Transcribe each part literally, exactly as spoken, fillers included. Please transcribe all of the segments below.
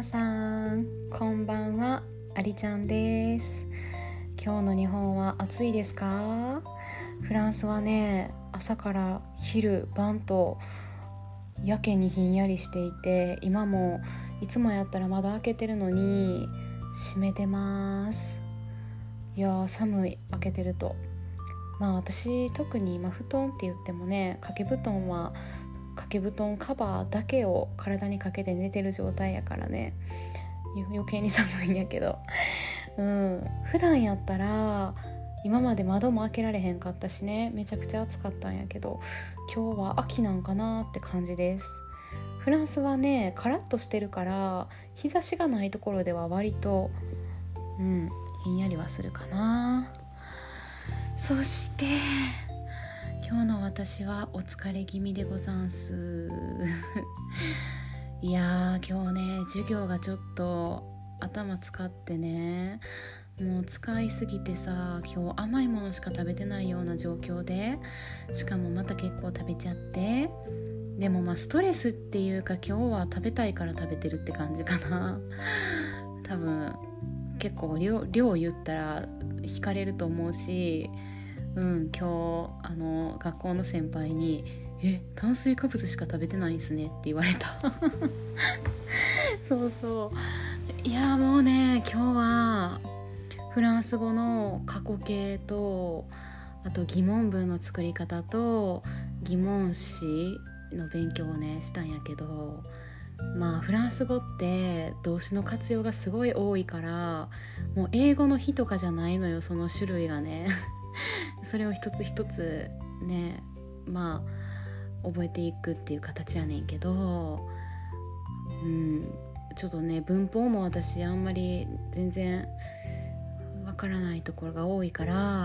皆さんこんばんは、ありちゃんです。今日の日本は暑いですか？フランスはね、朝から昼晩とやけにひんやりしていて、今もいつもやったら窓開けてるのに閉めてます。いやー寒い、開けてると。まあ私特に今布団って言ってもね、掛け布団は掛け布団カバーだけを体にかけて寝てる状態やからね、余計に寒いんやけど、うん、普段やったら今まで窓も開けられへんかったしね、めちゃくちゃ暑かったんやけど、今日は秋なんかなって感じです。フランスはね、カラッとしてるから日差しがないところでは割と、うん、ひんやりはするかな。そして今日の私はお疲れ気味でござんすいやー今日ね、授業がちょっと頭使ってね、もう使いすぎてさ、今日甘いものしか食べてないような状況で、しかもまた結構食べちゃって、でもまあストレスっていうか、今日は食べたいから食べてるって感じかな多分結構 量, 量言ったら惹かれると思うし、うん、今日あの学校の先輩にえ炭水化物しか食べてないんすねって言われたそうそう、いやもうね、今日はフランス語の過去形と、あと疑問文の作り方と疑問詞の勉強をねしたんやけど、まあフランス語って動詞の活用がすごい多いから、もう英語の日とかじゃないのよ、その種類がねそれを一つ一つね、まあ覚えていくっていう形やねんけど、うん、ちょっとね文法も私あんまり全然わからないところが多いから、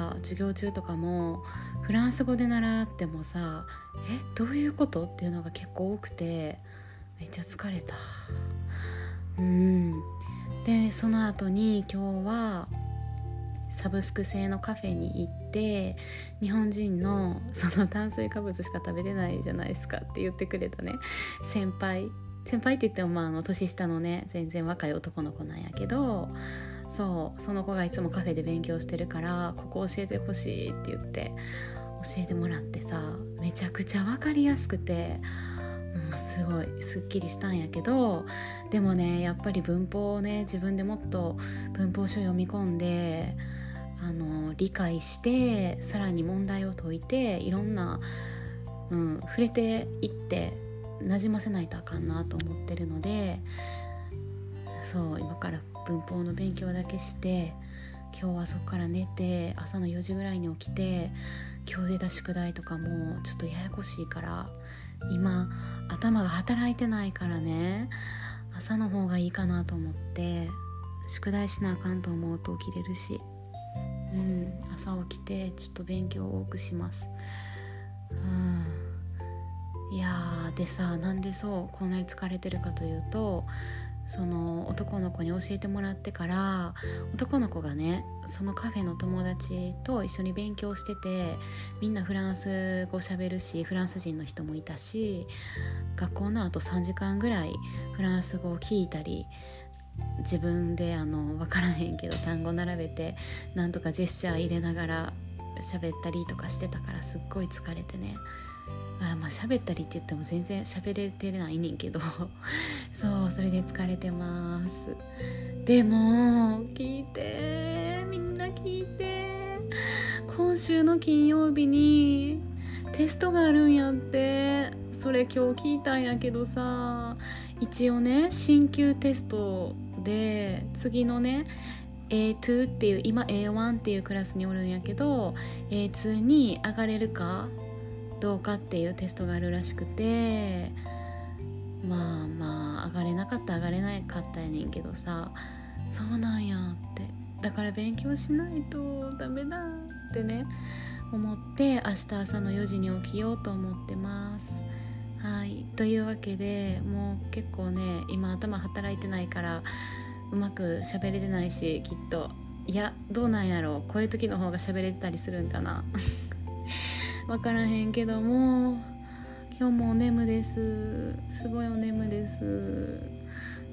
授業中とかもフランス語で習ってもさ、えどういうことっていうのが結構多くて、めっちゃ疲れた。うんでその後に今日はサブスク製のカフェに行って、日本人のその炭水化物しか食べれないじゃないですかって言ってくれたね先輩先輩って言ってもまああの年下のね全然若い男の子なんやけど、そうその子がいつもカフェで勉強してるから、ここ教えてほしいって言って教えてもらってさ、めちゃくちゃ分かりやすくて、もうすごいすっきりしたんやけど、でもねやっぱり文法をね自分でもっと文法書読み込んであの理解して、さらに問題を解いて、いろんな、うん、触れていって馴染ませないとあかんなと思ってるので、そう今から文法の勉強だけして、今日はそこから寝て朝のよじぐらいに起きて、今日出た宿題とかもちょっとややこしいから、今頭が働いてないからね、朝の方がいいかなと思って、宿題しなあかんと思うと起きれるし、うん、朝起きてちょっと勉強を多くします。うん、いやーでさ、なんでそうこんなに疲れてるかというと、その男の子に教えてもらってから、男の子がねそのカフェの友達と一緒に勉強してて、みんなフランス語喋るし、フランス人の人もいたし、学校の後さんじかんぐらいフランス語を聞いたり、自分であの分からへんけど単語並べてなんとかジェスチャー入れながら喋ったりとかしてたから、すっごい疲れてね、あまあ喋ったりって言っても全然喋れてないねんけどそうそれで疲れてます。でも聞いて、みんな聞いて、今週の金曜日にテストがあるんやって。それ今日聞いたんやけどさ、一応ね進級テストで次のね エーツー っていう、今 エーワン っていうクラスにおるんやけど エーツー に上がれるかどうかっていうテストがあるらしくて、まあまあ上がれなかった上がれなかったやねんけどさ、そうなんやって、だから勉強しないとダメだってね思って、明日朝のよじに起きようと思ってます。はい、というわけで、もう結構ね今頭働いてないからうまく喋れてないし、きっといやどうなんやろう、こういう時の方が喋れてたりするんかなわからへんけども、今日もお眠です。すごいお眠です。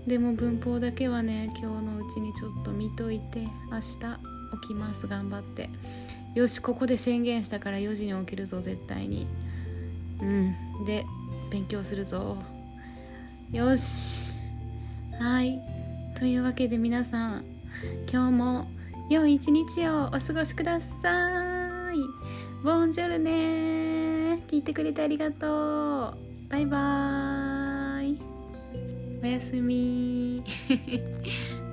でも文法だけはね今日のうちにちょっと見といて、明日起きます。頑張って。よし、ここで宣言したからよじに起きるぞ絶対に。うんで勉強するぞ。よし、はい、というわけで皆さん今日も良い一日をお過ごしください。ボンジョルね。聞いてくれてありがとう。バイバーイ。おやすみ